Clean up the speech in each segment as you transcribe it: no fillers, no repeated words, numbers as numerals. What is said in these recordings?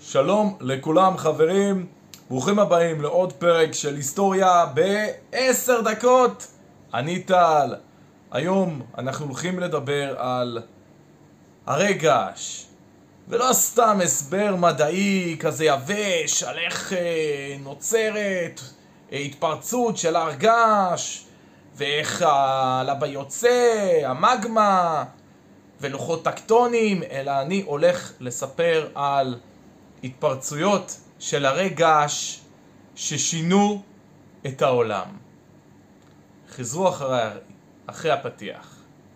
שלום לכולם חברים, ברוכים הבאים לעוד פרק של היסטוריה ב10 דקות. אני טל. היום אנחנו הולכים לדבר על הרגש, ולא סתם הסבר מדעי כזה יבש על איך נוצרת התפרצות של הרגש ואיך הלבה יוצא, המגמה ולוחות טקטונים, אלא אני הולך לספר על התפרצויות של הרגש ששינו את העולם. חזרו אחרי הפתיח.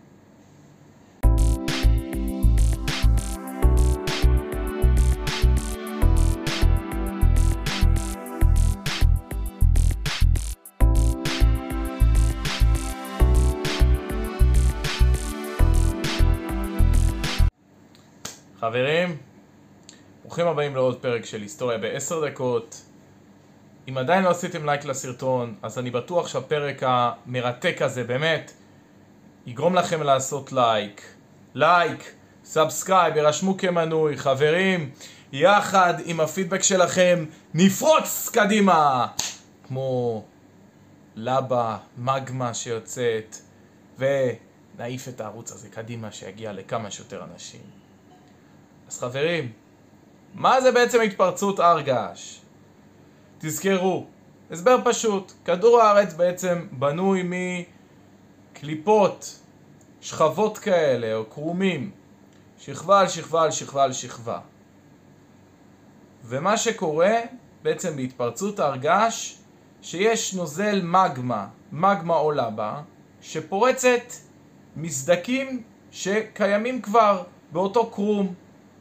חברים, ברוכים הבאים לעוד פרק של היסטוריה ב10 דקות. אם עדיין לא עשיתם לייק לסרטון, אז אני בטוח שהפרק המרתק הזה באמת יגרום לכם לעשות לייק, סאבסקרייב, ירשמו כמנוי. חברים, יחד עם הפידבק שלכם נפרוץ קדימה כמו לבה, מגמה שיוצאת, ונעיף את הערוץ הזה קדימה שיגיע לכמה שיותר אנשים. אז חברים, מה זה בעצם התפרצות הרגש? תזכרו, הסבר פשוט. כדור הארץ בעצם בנוי מקליפות, שכבות כאלה או קרומים, שכבה על שכבה על שכבה על שכבה. ומה שקורה בעצם בהתפרצות הרגש, שיש נוזל מגמה עולה בה, שפורצת מסדקים שקיימים כבר באותו קרום.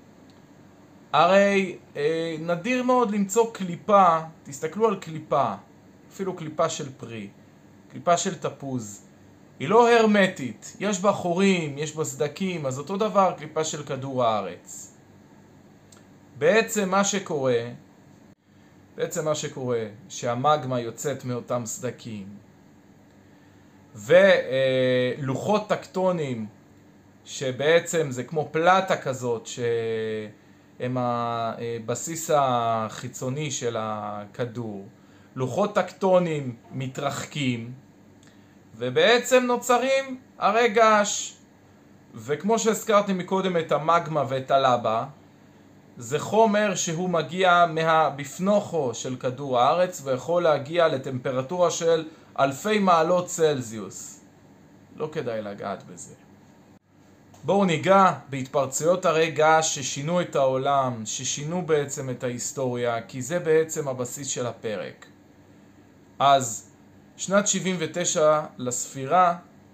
הרי נדיר מאוד למצוא קליפה, תסתכלו על קליפה, אפילו קליפה של פרי, קליפה של תפוז, היא לא הרמטית, יש בה חורים, יש בה סדקים, אז אותו דבר קליפה של כדור הארץ. בעצם מה שקורה שהמגמה יוצאת מאותם סדקים, ולוחות טקטונים שבעצם זה כמו פלטה כזאת הם הבסיס החיצוני של הכדור, לוחות טקטונים מתרחקים ובעצם נוצרים הרגש. וכמו שהזכרתי מקודם את המגמה ואת הלבה, זה חומר שהוא מגיע מהבפנוכו של כדור הארץ ויכול להגיע לטמפרטורה של 1000 מעלות צלזיוס. לא כדאי לגעת בזה. בואו ניגע בהתפרצויות הרגש ששינו את העולם, ששינו בעצם את ההיסטוריה, כי זה בעצם הבסיס של הפרק. אז שנת 79 לספירה,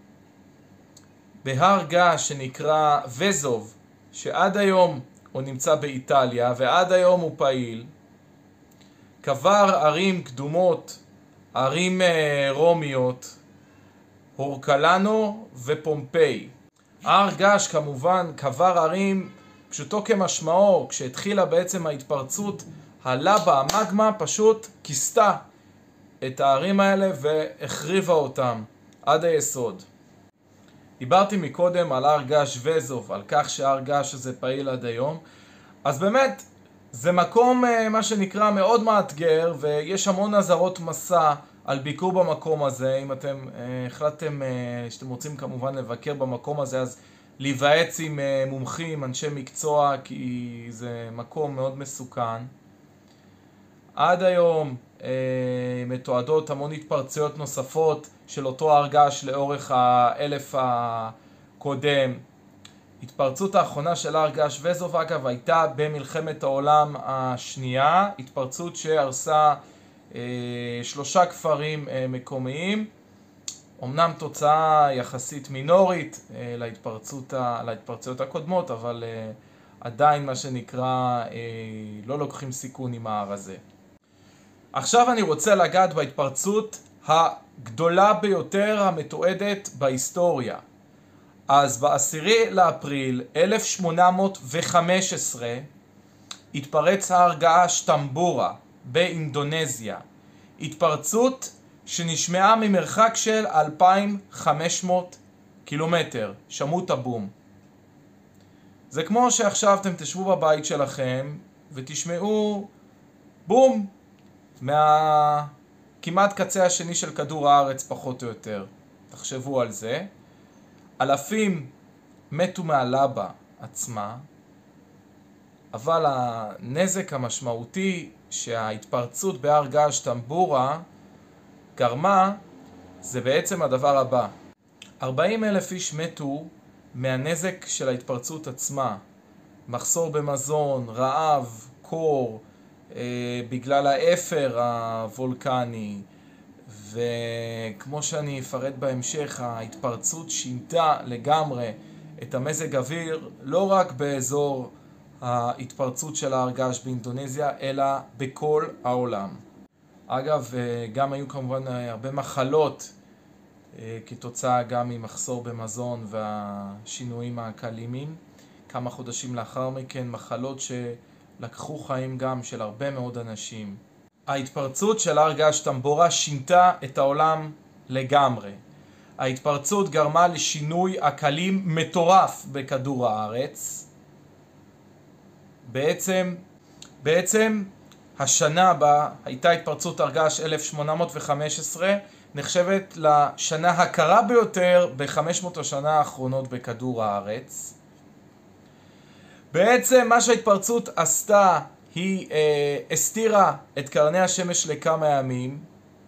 בהר געש שנקרא וזוב, שעד היום הוא נמצא באיטליה ועד היום הוא פעיל, קבר ערים קדומות, ערים רומיות, הורקלנו ופומפיי. הר געש כמובן קבר ערים פשוטו כמשמעו. כשהתחילה בעצם ההתפרצות, הלבה, המגמה פשוט כיסתה את הערים האלה והחריבה אותם עד היסוד. דיברתי מקודם על הר געש וזוב, על כך שהר געש הזה פעיל עד היום. אז באמת זה מקום מה שנקרא מאוד מאתגר, ויש המון אזהרות מסע על ביקור במקום הזה. אם אתם החלטתם שאתם רוצים כמובן לבקר במקום הזה, אז להיוועץ עם מומחים, אנשי מקצוע, כי זה מקום מאוד מסוכן. עד היום מתועדות המון התפרצויות נוספות של אותו הר געש לאורך האלף הקודם. התפרצות האחרונה של הר געש וזוב אגב הייתה במלחמת העולם השנייה, התפרצות שהרסה 3 כפרים מקומיים. אמנם תוצאה יחסית מינורית להתפרצויות הקודמות, אבל עדיין מה שנקרא לא לוקחים סיכון עם ההר הזה. עכשיו אני רוצה לגעת בהתפרצות הגדולה ביותר המתועדת בהיסטוריה. אז ב10 לאפריל 1815 התפרץ הר געש טמבורה באינדונזיה. התפרצות שנשמעה ממרחק של 2500 קילומטר. שמעו את הבום. זה כמו שעכשיו אתם תשבו בבית שלכם ותשמעו בום כמעט קצה השני של כדור הארץ פחות או יותר. תחשבו על זה. אלפים מתו מהלבה עצמה, אבל הנזק המשמעותי שההתפרצות בהר געש טמבורה גרמה זה בעצם הדבר הבא. 40,000 איש מתו מהנזק של ההתפרצות עצמה. מחסור במזון, רעב, קור, בגלל האפר הוולקני, וכמו שאני אפרט בהמשך, ההתפרצות שינתה לגמרי את המזג אוויר, לא רק באזור ההתפרצות של ההר געש באינדונזיה, אלא בכל העולם. אגב, גם היו כמובן הרבה מחלות, כתוצאה גם ממחסור במזון והשינויים האקלימיים. כמה חודשים לאחר מכן, מחלות שלקחו חיים גם של הרבה מאוד אנשים. ההתפרצות של הר געש טמבורה שינתה את העולם לגמרי. ההתפרצות גרמה לשינוי אקלים מטורף בכדור הארץ. בעצם השנה בה הייתה התפרצות הר געש 1815, נחשבת לשנה הקרה ביותר ב-500 השנה האחרונות בכדור הארץ. בעצם מה שההתפרצות עשתה היא הסתירה את קרני השמש לכמה ימים,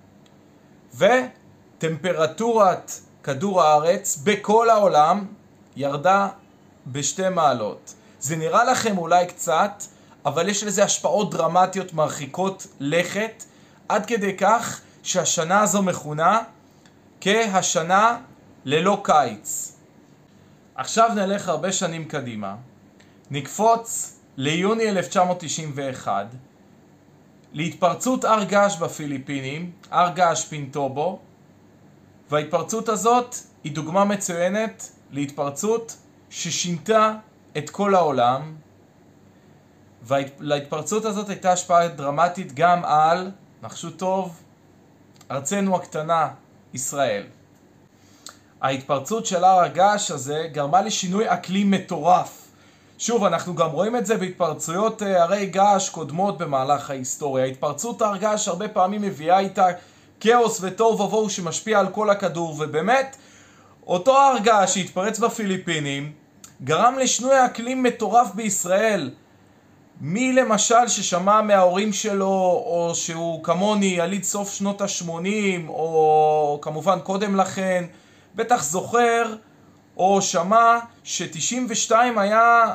וטמפרטורת כדור הארץ בכל העולם ירדה ב2 מעלות. זה נראה לכם אולי קצת, אבל יש לזה השפעות דרמטיות מרחיקות לכת, עד כדי כך שהשנה הזו מכונה כהשנה ללא קיץ. עכשיו נלך הרבה שנים קדימה, נקפוץ ליוני 1991, להתפרצות הר געש בפיליפינים, הר געש פינטובו, וההתפרצות הזאת היא דוגמה מצוינת להתפרצות ששינתה את כל העולם, ולהתפרצות הזאת הייתה השפעה דרמטית גם על, נחשו טוב, ארצנו הקטנה, ישראל. ההתפרצות של הר הגעש הזה גרמה לשינוי אקלים מטורף. שוב, אנחנו גם רואים את זה בהתפרצויות הרי געש קודמות במהלך ההיסטוריה. התפרצות הר געש הרבה פעמים מביאה איתה כאוס ותוהו ובוהו שמשפיע על כל הכדור, ובאמת אותו הר געש שהתפרץ בפיליפינים גרם לשינוי אקלים מטורף בישראל. מי למשל ששמע מההורים שלו, או שהוא כמוני יליד סוף שנות ה-80, או כמובן קודם לכן, בטח זוכר או שמע ש92 היה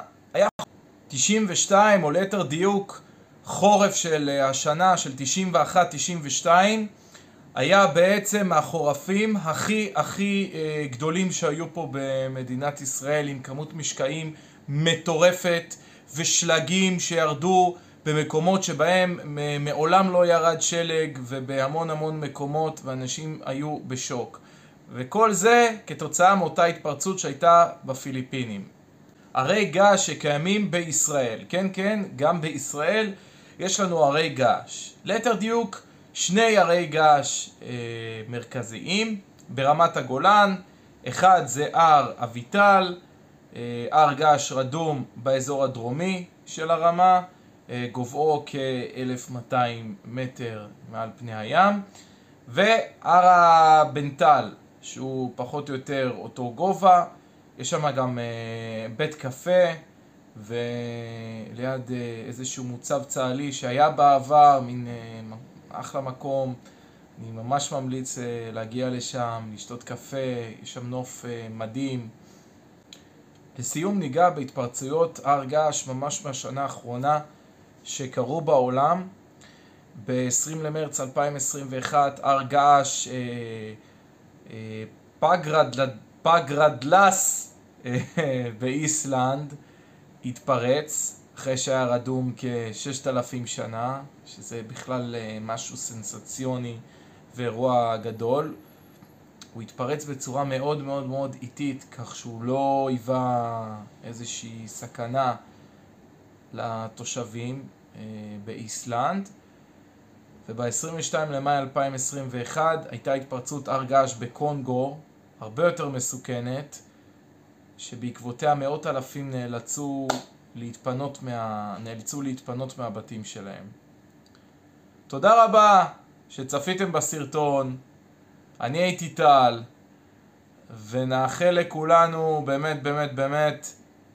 92, או ליתר דיוק חורף של השנה של 91-92, היה בעצם מהחורפים הכי גדולים שהיו פה במדינת ישראל, עם כמות משקעים מטורפת ושלגים שירדו במקומות שבהם מעולם לא ירד שלג, ובהמון מקומות, ואנשים היו בשוק. וכל זה כתוצאה מאותה התפרצות שהייתה בפיליפינים. הרי געש שקיימים בישראל, כן, גם בישראל יש לנו הרי געש. ליתר דיוק, 2 הרי געש מרכזיים ברמת הגולן. אחד זה הר אביטל, הר געש רדום באזור הדרומי של הרמה, גובהו כ-1200 מטר מעל פני הים, והר הבנטל שהוא פחות או יותר אותו גובה. יש שם גם בית קפה וליד איזשהו מוצב צה"לי שהיה בעבר, מין אחלה מקום. אני ממש ממליץ להגיע לשם, לשתות קפה, יש שם נוף מדהים. לסיום ניגע בהתפרצויות הר געש ממש מהשנה האחרונה שקרו בעולם. ב-20 למרץ 2021 הר געש פגרדלס באיסלנד התפרץ אחרי שהיה רדום כ-6,000 שנה, שזה בכלל משהו סנסציוני ואירוע גדול. הוא התפרץ בצורה מאוד איטית, כך שהוא לא היווה איזושהי סכנה לתושבים באיסלנד. וב-22 למאי 2021 הייתה התפרצות הר געש בקונגו, הרבה יותר מסוכנת, שבעקבותיה מאות אלפים נאלצו נאלצו להתפנות מהבתים שלהם. תודה רבה שצפיתם בסרטון. אני הייתי טל, ונאחל לכולנו באמת באמת באמת,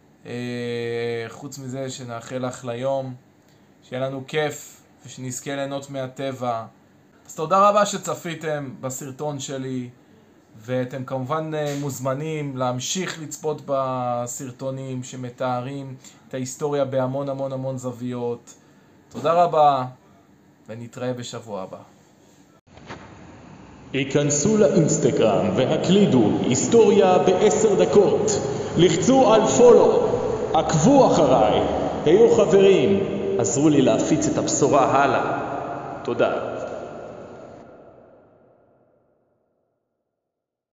חוץ מזה שנאחל לך ליום, שיהיה לנו כיף ושנזכה ליהנות מהטבע. אז תודה רבה שצפיתם בסרטון שלי, ואתם כמובן מוזמנים להמשיך לצפות בסרטונים שמתארים את ההיסטוריה בהמון המון המון זוויות. תודה רבה, ונתראה בשבוע הבא. היכנסו לאינסטגרם והקלידו היסטוריה ב10 דקות. לחצו על פולו, עקבו אחריי, היו חברים, עזרו לי להפיץ את הבשורה הלאה. תודה.